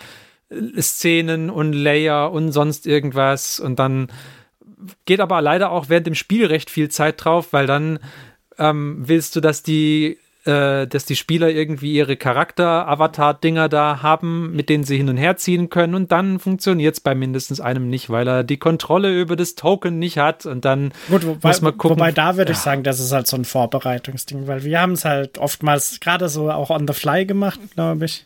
Szenen und Layer und sonst irgendwas. Und dann geht aber leider auch während dem Spiel recht viel Zeit drauf, weil dann willst du, dass die Spieler irgendwie ihre Charakter-Avatar-Dinger da haben, mit denen sie hin und her ziehen können, und dann funktioniert es bei mindestens einem nicht, weil er die Kontrolle über das Token nicht hat, und dann muss man gucken. Wobei da würde ich sagen, das ist halt so ein Vorbereitungsding, weil wir haben es halt oftmals gerade so auch on the fly gemacht, glaube ich.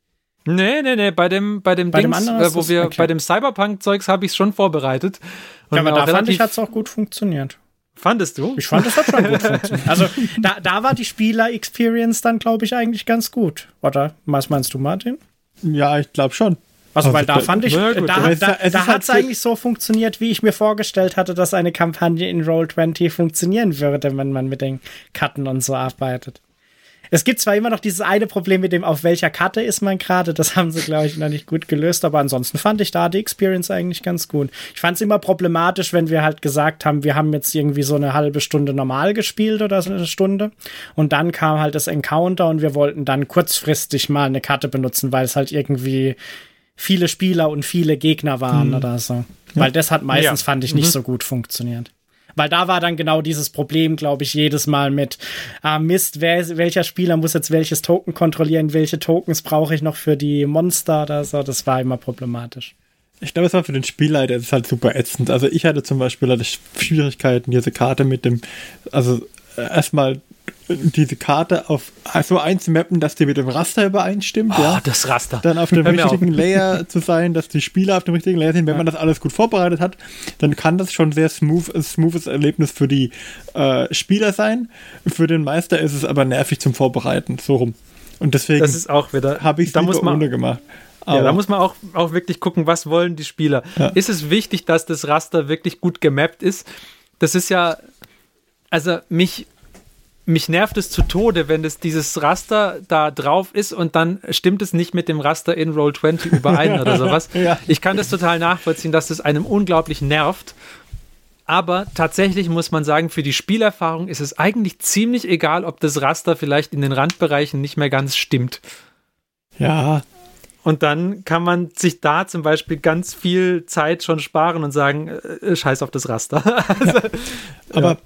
Nee, bei dem Dings, bei dem Cyberpunk-Zeugs habe ich es schon vorbereitet. Und aber da fand ich, hat es auch gut funktioniert. Fandest du? Ich fand, es hat schon gut funktioniert. Also da war die Spieler-Experience dann, glaube ich, eigentlich ganz gut. Oder was meinst du, Martin? Ja, ich glaube schon. Also weil da fand ich, da hat es eigentlich so funktioniert, wie ich mir vorgestellt hatte, dass eine Kampagne in Roll20 funktionieren würde, wenn man mit den Karten und so arbeitet. Es gibt zwar immer noch dieses eine Problem mit dem, auf welcher Karte ist man gerade, das haben sie, glaube ich, noch nicht gut gelöst, aber ansonsten fand ich da die Experience eigentlich ganz gut. Ich fand es immer problematisch, wenn wir halt gesagt haben, wir haben jetzt irgendwie so eine halbe Stunde normal gespielt oder so eine Stunde, und dann kam halt das Encounter und wir wollten dann kurzfristig mal eine Karte benutzen, weil es halt irgendwie viele Spieler und viele Gegner waren oder so. Ja. Weil das hat meistens, fand ich, nicht so gut funktioniert. Weil da war dann genau dieses Problem, glaube ich, jedes Mal mit Mist, welcher Spieler muss jetzt welches Token kontrollieren, welche Tokens brauche ich noch für die Monster oder so. Das war immer problematisch. Ich glaube, es war für den Spielleiter, das ist halt super ätzend. Also ich hatte zum Beispiel Schwierigkeiten, diese Karte mit dem, also erstmal diese Karte auf so einzumappen, dass die mit dem Raster übereinstimmt. Das Raster. Dann auf dem richtigen Layer zu sein, dass die Spieler auf dem richtigen Layer sind. Wenn man das alles gut vorbereitet hat, dann kann das schon sehr smoothes Erlebnis für die Spieler sein. Für den Meister ist es aber nervig zum Vorbereiten, so rum. Und deswegen habe ich es lieber ohne gemacht. Aber da muss man auch wirklich gucken, was wollen die Spieler. Ja. Ist es wichtig, dass das Raster wirklich gut gemappt ist? Das ist ja, also mich nervt es zu Tode, wenn dieses Raster da drauf ist und dann stimmt es nicht mit dem Raster in Roll20 überein oder sowas. Ja. Ich kann das total nachvollziehen, dass das einem unglaublich nervt. Aber tatsächlich muss man sagen, für die Spielerfahrung ist es eigentlich ziemlich egal, ob das Raster vielleicht in den Randbereichen nicht mehr ganz stimmt. Ja. Und dann kann man sich da zum Beispiel ganz viel Zeit schon sparen und sagen, scheiß auf das Raster. Also, aber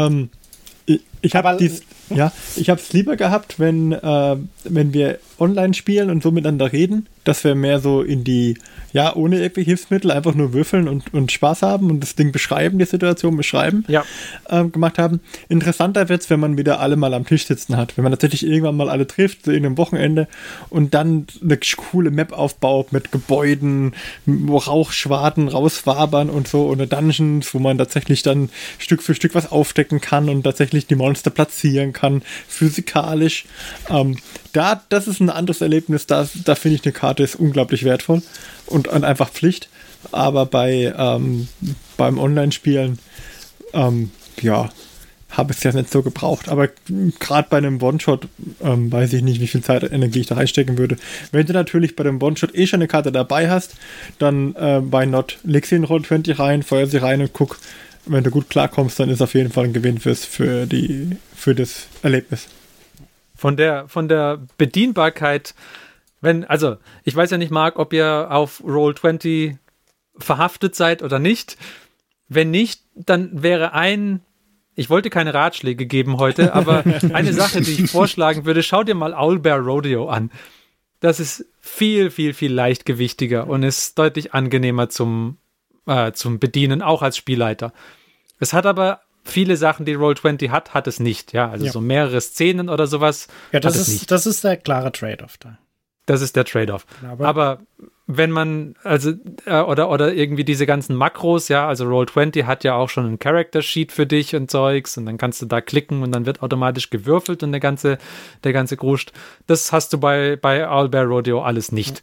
ich habe es lieber gehabt, wenn wir online spielen und so miteinander reden, dass wir mehr so in die, ohne irgendwelche Hilfsmittel, einfach nur würfeln und Spaß haben und das Ding beschreiben, die Situation beschreiben, gemacht haben. Interessanter wird es, wenn man wieder alle mal am Tisch sitzen hat, wenn man tatsächlich irgendwann mal alle trifft, so in einem Wochenende, und dann eine coole Map aufbaut mit Gebäuden, wo Rauchschwaden rauswabern und so, oder Dungeons, wo man tatsächlich dann Stück für Stück was aufdecken kann und tatsächlich die Monster Monster platzieren kann, physikalisch. Das ist ein anderes Erlebnis, da finde ich, eine Karte ist unglaublich wertvoll und einfach Pflicht. Aber beim Online-Spielen, habe ich es ja nicht so gebraucht. Aber gerade bei einem One-Shot weiß ich nicht, wie viel Zeit und Energie ich da reinstecken würde. Wenn du natürlich bei dem One-Shot schon eine Karte dabei hast, dann why not? Leg sie in Roll20 rein, feuer sie rein und guck, wenn du gut klarkommst, dann ist auf jeden Fall ein Gewinn für das Erlebnis. Von der Bedienbarkeit, ich weiß ja nicht, Marc, ob ihr auf Roll20 verhaftet seid oder nicht. Wenn nicht, dann wäre ich wollte keine Ratschläge geben heute, aber eine Sache, die ich vorschlagen würde, schau dir mal Owlbear Rodeo an. Das ist viel, viel, viel leichtgewichtiger und ist deutlich angenehmer zum Bedienen, auch als Spielleiter. Es hat aber viele Sachen, die Roll20 hat es nicht. Ja, so mehrere Szenen oder sowas. Ja, das ist der klare Trade-off da. Das ist der Trade-off. Aber wenn man, oder irgendwie diese ganzen Makros, ja, also Roll20 hat ja auch schon ein Character-Sheet für dich und Zeugs und dann kannst du da klicken und dann wird automatisch gewürfelt und der ganze Gruscht. Das hast du bei Owlbear Rodeo alles nicht.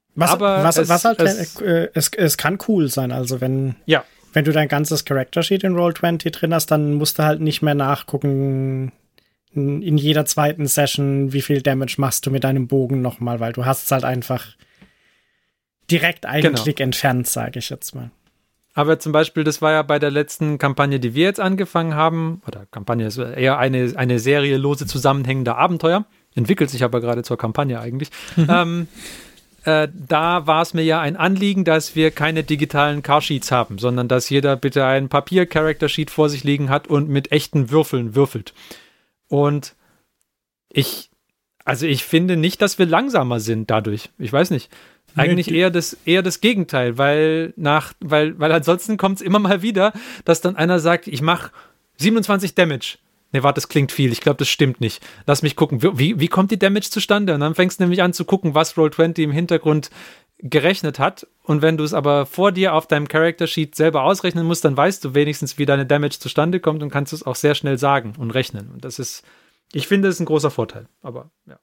Es kann cool sein, also wenn du dein ganzes Character-Sheet in Roll20 drin hast, dann musst du halt nicht mehr nachgucken in jeder zweiten Session, wie viel Damage machst du mit deinem Bogen nochmal, weil du hast es halt einfach direkt einen Klick entfernt, sage ich jetzt mal. Aber zum Beispiel, das war ja bei der letzten Kampagne, die wir jetzt angefangen haben, oder Kampagne ist eher eine Serie lose zusammenhängender Abenteuer, entwickelt sich aber gerade zur Kampagne eigentlich. Da war es mir ja ein Anliegen, dass wir keine digitalen Carsheets haben, sondern dass jeder bitte ein Papier-Character-Sheet vor sich liegen hat und mit echten Würfeln würfelt. Und ich finde nicht, dass wir langsamer sind dadurch. Ich weiß nicht. Eigentlich eher das Gegenteil, weil ansonsten kommt es immer mal wieder, dass dann einer sagt, ich mache 27 Damage. Nee, warte, das klingt viel. Ich glaube, das stimmt nicht. Lass mich gucken. Wie kommt die Damage zustande? Und dann fängst du nämlich an zu gucken, was Roll20 im Hintergrund gerechnet hat. Und wenn du es aber vor dir auf deinem Character-Sheet selber ausrechnen musst, dann weißt du wenigstens, wie deine Damage zustande kommt und kannst es auch sehr schnell sagen und rechnen. Und ich finde, das ist ein großer Vorteil. Aber ja.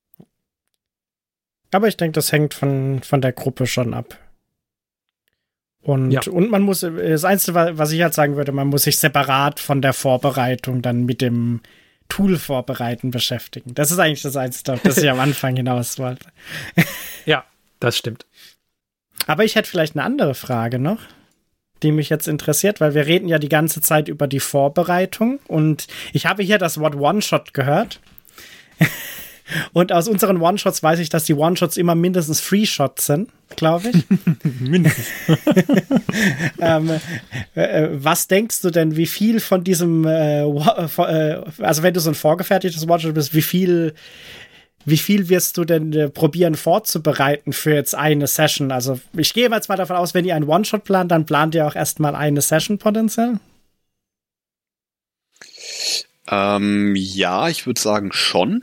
Aber ich denke, das hängt von der Gruppe schon ab. Und man muss, das Einzige, was ich halt sagen würde, man muss sich separat von der Vorbereitung dann mit dem Tool vorbereiten beschäftigen. Das ist eigentlich das Einzige, das ich am Anfang hinaus wollte. Ja, das stimmt. Aber ich hätte vielleicht eine andere Frage noch, die mich jetzt interessiert, weil wir reden ja die ganze Zeit über die Vorbereitung und ich habe hier das Wort One-Shot gehört. Und aus unseren One-Shots weiß ich, dass die One-Shots immer mindestens Free-Shots sind, glaube ich. Mindestens. Was denkst du denn, wie viel von diesem, also wenn du so ein vorgefertigtes One-Shot bist, wie viel wirst du denn probieren vorzubereiten für jetzt eine Session? Also ich gehe jetzt mal davon aus, wenn ihr einen One-Shot plant, dann plant ihr auch erstmal eine Session potenziell? Ja, ich würde sagen schon.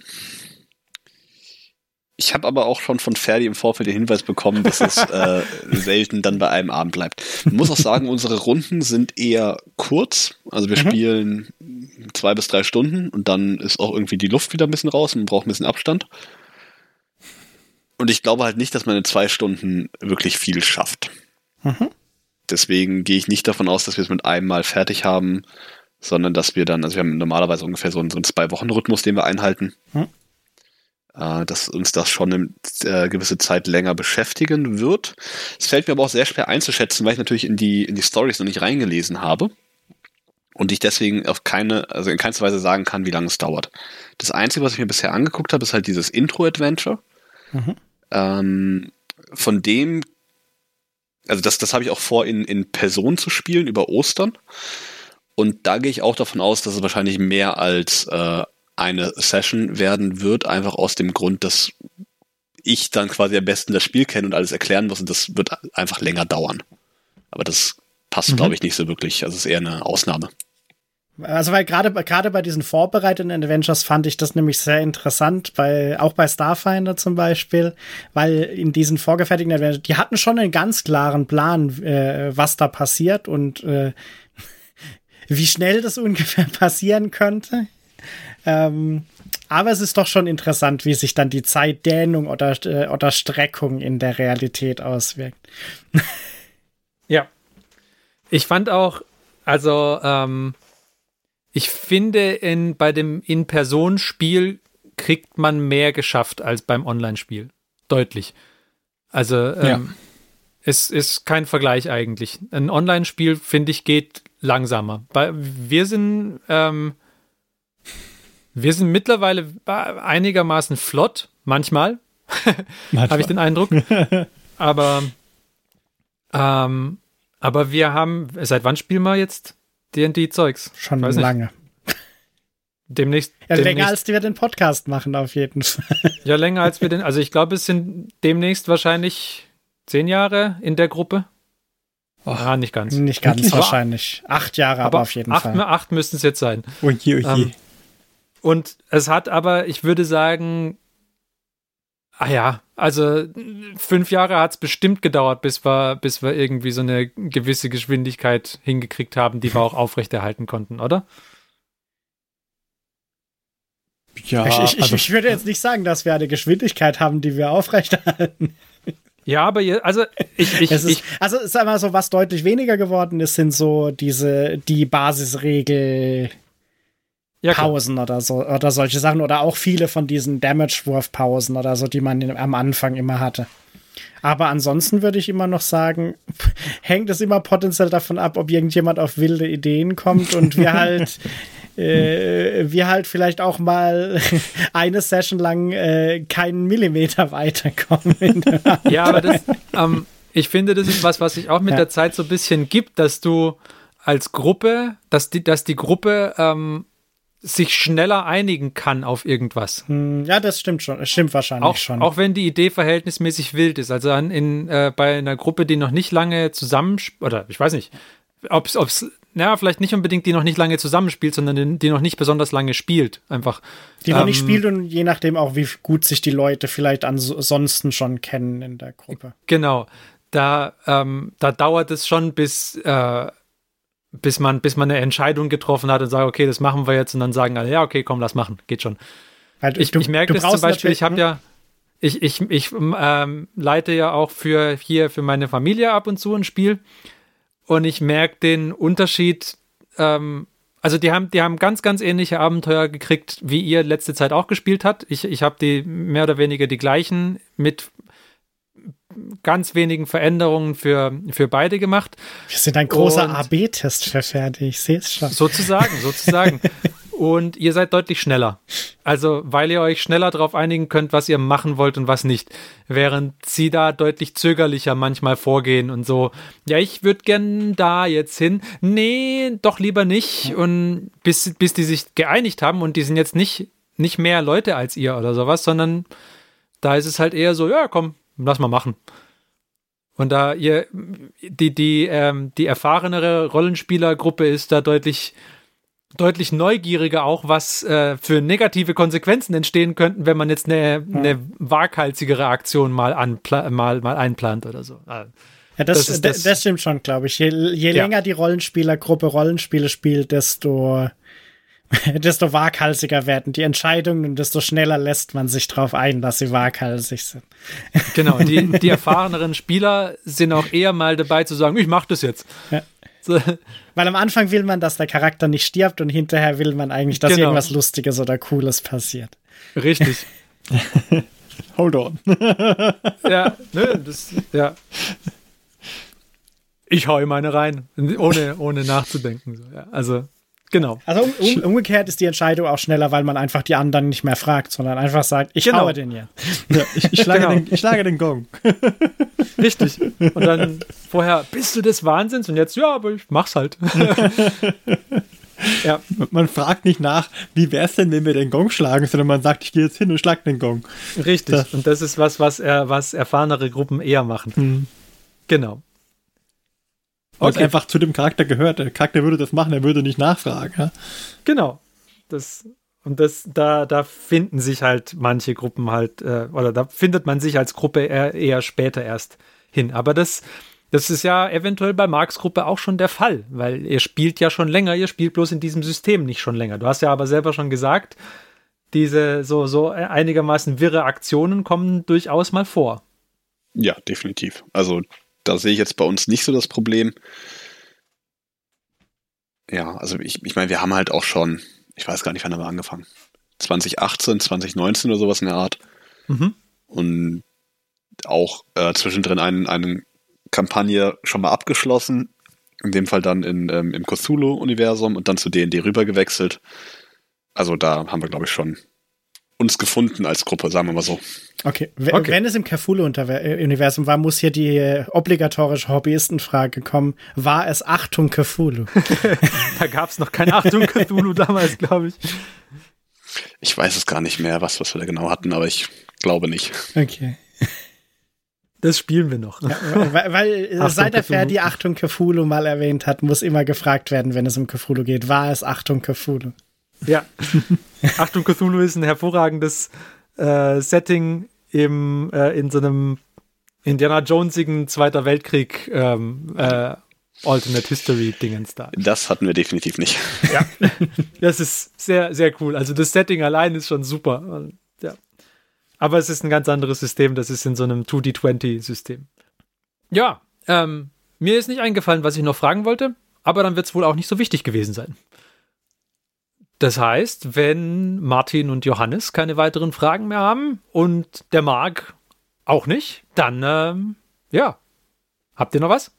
Ich habe aber auch schon von Ferdi im Vorfeld den Hinweis bekommen, dass es selten dann bei einem Abend bleibt. Ich muss auch sagen, unsere Runden sind eher kurz. Also wir spielen 2 bis 3 Stunden und dann ist auch irgendwie die Luft wieder ein bisschen raus und man braucht ein bisschen Abstand. Und ich glaube halt nicht, dass man in 2 Stunden wirklich viel schafft. Deswegen gehe ich nicht davon aus, dass wir es mit einem Mal fertig haben, sondern dass wir dann, also wir haben normalerweise ungefähr so einen 2-Wochen-Rhythmus, den wir einhalten. Dass uns das schon eine gewisse Zeit länger beschäftigen wird. Es fällt mir aber auch sehr schwer einzuschätzen, weil ich natürlich in die Storys noch nicht reingelesen habe und ich deswegen in keinster Weise sagen kann, wie lange es dauert. Das Einzige, was ich mir bisher angeguckt habe, ist halt dieses Intro-Adventure. Von dem, also das habe ich auch vor, in Person zu spielen über Ostern. Und da gehe ich auch davon aus, dass es wahrscheinlich mehr als eine Session werden wird, einfach aus dem Grund, dass ich dann quasi am besten das Spiel kenne und alles erklären muss und das wird einfach länger dauern. Aber das passt, glaube ich, nicht so wirklich. Also es ist eher eine Ausnahme. Also weil gerade bei diesen vorbereitenden Adventures fand ich das nämlich sehr interessant, auch bei Starfinder zum Beispiel, weil in diesen vorgefertigten Adventures, die hatten schon einen ganz klaren Plan, was da passiert und wie schnell das ungefähr passieren könnte. Aber es ist doch schon interessant, wie sich dann die Zeitdehnung oder Streckung in der Realität auswirkt. Ja. Ich fand auch, also ich finde, bei dem In-Person-Spiel kriegt man mehr geschafft als beim Online-Spiel. Deutlich. Also es ist kein Vergleich eigentlich. Ein Online-Spiel, finde ich, geht langsamer. Wir sind mittlerweile einigermaßen flott, manchmal. Habe ich den Eindruck. Aber wir haben, seit wann spielen wir jetzt D&D-Zeugs? Schon lange. Demnächst. Länger als wir den Podcast machen, auf jeden Fall. Ja, länger als wir also ich glaube, es sind demnächst wahrscheinlich 10 Jahre in der Gruppe. Nicht ganz. Nicht ganz wahrscheinlich. 8 Jahre aber auf jeden Fall. 8 müssten es jetzt sein. Oje. Und es hat aber, ich würde sagen, also 5 Jahre hat es bestimmt gedauert, bis wir irgendwie so eine gewisse Geschwindigkeit hingekriegt haben, die wir auch aufrechterhalten konnten, oder? Ja, ich würde jetzt nicht sagen, dass wir eine Geschwindigkeit haben, die wir aufrechterhalten. Ja, aber sag mal so, was deutlich weniger geworden ist, sind so die Basisregel Pausen oder so, oder solche Sachen, oder auch viele von diesen Damage-Wurf-Pausen oder so, die man am Anfang immer hatte. Aber ansonsten würde ich immer noch sagen, hängt es immer potenziell davon ab, ob irgendjemand auf wilde Ideen kommt und wir halt vielleicht auch mal eine Session lang keinen Millimeter weiterkommen. Ja, aber ich finde, das ist was sich auch mit der Zeit so ein bisschen gibt, dass du als Gruppe, dass die Gruppe sich schneller einigen kann auf irgendwas. Ja, das stimmt schon. Es stimmt wahrscheinlich schon. Auch wenn die Idee verhältnismäßig wild ist. Also bei einer Gruppe, die noch nicht lange oder ich weiß nicht, ob's vielleicht nicht unbedingt die noch nicht lange zusammenspielt, sondern die noch nicht besonders lange spielt. Einfach. Die noch nicht spielt und je nachdem auch, wie gut sich die Leute vielleicht ansonsten schon kennen in der Gruppe. Genau. Da dauert es schon, bis man eine Entscheidung getroffen hat und sagt, okay, das machen wir jetzt, und dann sagen alle, ja, okay, komm, lass machen, geht schon. Ich merke das zum Beispiel, ich habe ich leite ja auch für meine Familie ab und zu ein Spiel, und ich merke den Unterschied, also die haben ganz, ganz ähnliche Abenteuer gekriegt, wie ihr letzte Zeit auch gespielt habt. Ich habe die mehr oder weniger die gleichen mit ganz wenigen Veränderungen für beide gemacht. Wir sind ein großer AB-Test für fertig, ich sehe es schon. Sozusagen. Und ihr seid deutlich schneller. Also, weil ihr euch schneller darauf einigen könnt, was ihr machen wollt und was nicht. Während sie da deutlich zögerlicher manchmal vorgehen und so, ja, ich würde gern da jetzt hin. Nee, doch lieber nicht. Und bis die sich geeinigt haben, und die sind jetzt nicht mehr Leute als ihr oder sowas, sondern da ist es halt eher so, ja, komm, lass mal machen. Und da die erfahrenere Rollenspielergruppe ist da deutlich neugieriger auch, was für negative Konsequenzen entstehen könnten, wenn man jetzt eine waghalsigere Aktion mal einplant oder so. Ja, das stimmt schon, glaube ich. Je länger die Rollenspielergruppe Rollenspiele spielt, desto waghalsiger werden die Entscheidungen und desto schneller lässt man sich darauf ein, dass sie waghalsig sind. Genau, die erfahreneren Spieler sind auch eher mal dabei zu sagen, ich mach das jetzt. Ja. So. Weil am Anfang will man, dass der Charakter nicht stirbt, und hinterher will man eigentlich, dass irgendwas Lustiges oder Cooles passiert. Richtig. Hold on. Ja, ja. Ich hau ihm eine rein, ohne nachzudenken. So, ja. Also, genau. Also umgekehrt ist die Entscheidung auch schneller, weil man einfach die anderen nicht mehr fragt, sondern einfach sagt, ich haue den jetzt. Ja, ich schlage den Gong. Richtig. Und dann vorher, bist du des Wahnsinns? Und jetzt, ja, aber ich mach's halt. Ja. Man fragt nicht nach, wie wär's denn, wenn wir den Gong schlagen, sondern man sagt, ich gehe jetzt hin und schlag den Gong. Richtig. Und das ist was erfahrenere Gruppen eher machen. Genau. Weil es einfach zu dem Charakter gehört. Der Charakter würde das machen, er würde nicht nachfragen. Ja? Genau. Da finden sich halt manche Gruppen halt, oder da findet man sich als Gruppe eher später erst hin. Aber das Das ist ja eventuell bei Marks Gruppe auch schon der Fall, weil ihr spielt ja schon länger, ihr spielt bloß in diesem System nicht schon länger. Du hast ja aber selber schon gesagt, diese so einigermaßen wirre Aktionen kommen durchaus mal vor. Ja, definitiv. Also da sehe ich jetzt bei uns nicht so das Problem. Ja, also ich meine, wir haben halt auch schon, ich weiß gar nicht, wann haben wir angefangen. 2018, 2019 oder sowas in der Art. Mhm. Und auch zwischendrin eine Kampagne schon mal abgeschlossen. In dem Fall dann im Cthulhu-Universum und dann zu D&D rüber gewechselt. Also da haben wir, glaube ich, schon uns gefunden als Gruppe, sagen wir mal so. Okay. Wenn es im Cthulhu-Universum war, muss hier die obligatorische Hobbyistenfrage kommen. War es Achtung Cthulhu? Da gab es noch kein Achtung Cthulhu damals, glaube ich. Ich weiß es gar nicht mehr, was wir da genau hatten, aber ich glaube nicht. Okay. Das spielen wir noch. Ja, weil seit der Fair die Achtung Cthulhu mal erwähnt hat, muss immer gefragt werden, wenn es um Cthulhu geht. War es Achtung Cthulhu? Ja. Achtung Cthulhu ist ein hervorragendes Setting in so einem Indiana Jonesigen Zweiter Weltkrieg Alternate History Dingens da. Das hatten wir definitiv nicht. Ja. Das ist sehr, sehr cool. Also das Setting allein ist schon super. Ja. Aber es ist ein ganz anderes System. Das ist in so einem 2D20-System. Ja, mir ist nicht eingefallen, was ich noch fragen wollte, aber dann wird es wohl auch nicht so wichtig gewesen sein. Das heißt, wenn Martin und Johannes keine weiteren Fragen mehr haben und der Marc auch nicht, dann, ja. Habt ihr noch was?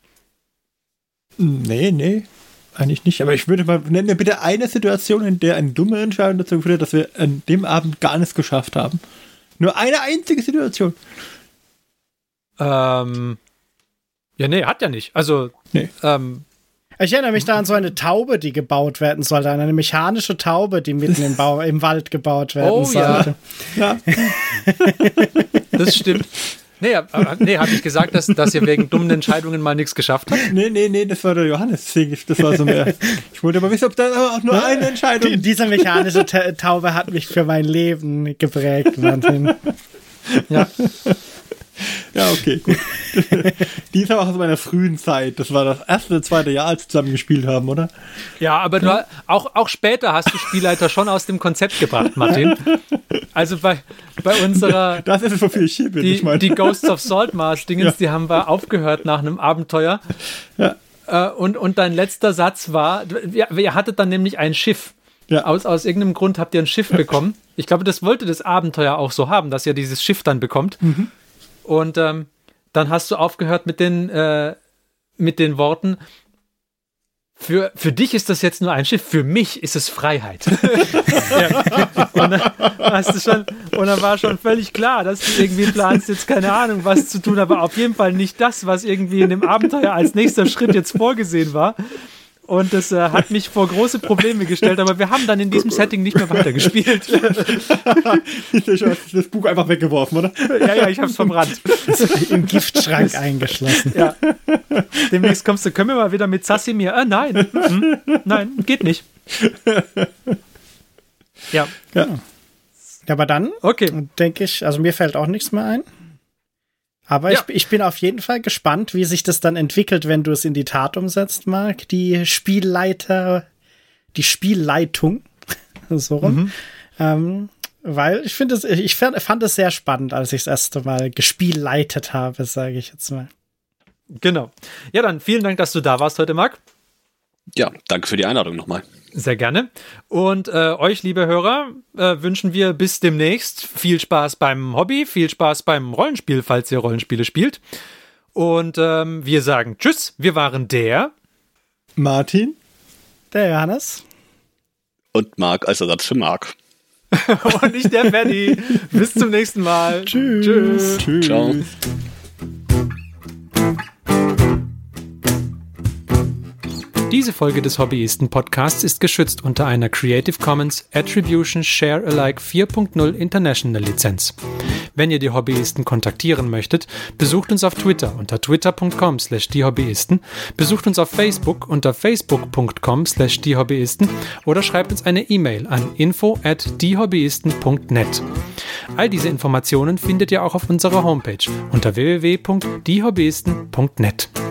Nee, eigentlich nicht. Aber ich würde mal, nenn mir bitte eine Situation, in der eine dumme Entscheidung dazu geführt hat, dass wir an dem Abend gar nichts geschafft haben. Nur eine einzige Situation. Ja, nee, hat ja nicht. Also, nee. Ich erinnere mich da an so eine Taube, die gebaut werden sollte. Eine mechanische Taube, die mitten im Wald gebaut werden sollte. Ja. Das stimmt. Nee, habe ich gesagt, dass ihr wegen dummen Entscheidungen mal nichts geschafft habt? Nee, das war der Johannes. Das war so mehr. Ich wollte aber wissen, ob da auch nur eine Entscheidung... Diese mechanische Taube hat mich für mein Leben geprägt, Martin. Ja. Ja, okay, gut. Die ist aber auch aus meiner frühen Zeit. Das war das erste, zweite Jahr, als wir zusammen gespielt haben, oder? Ja, aber auch später hast du Spielleiter schon aus dem Konzept gebracht, Martin. Also bei unserer... Das ist es, wofür ich hier bin. Die Ghosts of Saltmarsh-Dingens, die haben wir aufgehört nach einem Abenteuer. Ja. Und dein letzter Satz war, ihr hattet dann nämlich ein Schiff. Ja. Aus irgendeinem Grund habt ihr ein Schiff bekommen. Ich glaube, das wollte das Abenteuer auch so haben, dass ihr dieses Schiff dann bekommt. Mhm. Und dann hast du aufgehört mit den Worten, für dich ist das jetzt nur ein Schiff, für mich ist es Freiheit. Ja. Und dann war schon völlig klar, dass du irgendwie planst, jetzt keine Ahnung, was zu tun, aber auf jeden Fall nicht das, was irgendwie in dem Abenteuer als nächster Schritt jetzt vorgesehen war. Und das hat mich vor große Probleme gestellt, aber wir haben dann in diesem Setting nicht mehr weitergespielt. Das Buch einfach weggeworfen, oder? Ja, ich hab's verbrannt. Im Giftschrank eingeschlossen. Ja. Demnächst können wir mal wieder mit Sassimir. Nein. Nein, geht nicht. Ja. Aber dann, denke ich, also mir fällt auch nichts mehr ein. Aber ich bin auf jeden Fall gespannt, wie sich das dann entwickelt, wenn du es in die Tat umsetzt, Marc. Die Spielleitung, so rum. Weil ich fand es sehr spannend, als ich das erste Mal gespielleitet habe, sage ich jetzt mal. Genau. Ja, dann vielen Dank, dass du da warst heute, Marc. Ja, danke für die Einladung nochmal. Sehr gerne. Und euch, liebe Hörer, wünschen wir bis demnächst viel Spaß beim Hobby, viel Spaß beim Rollenspiel, falls ihr Rollenspiele spielt. Und wir sagen Tschüss. Wir waren der Martin, der Johannes und Marc als Ersatz für Marc. Und nicht der Benny. Bis zum nächsten Mal. Tschüss. Ciao. Diese Folge des Hobbyisten-Podcasts ist geschützt unter einer Creative Commons Attribution Share Alike 4.0 International Lizenz. Wenn ihr die Hobbyisten kontaktieren möchtet, besucht uns auf Twitter unter twitter.com/diehobbyisten, besucht uns auf Facebook unter facebook.com/diehobbyisten oder schreibt uns eine E-Mail an info@diehobbyisten.net. All diese Informationen findet ihr auch auf unserer Homepage unter www.diehobbyisten.net.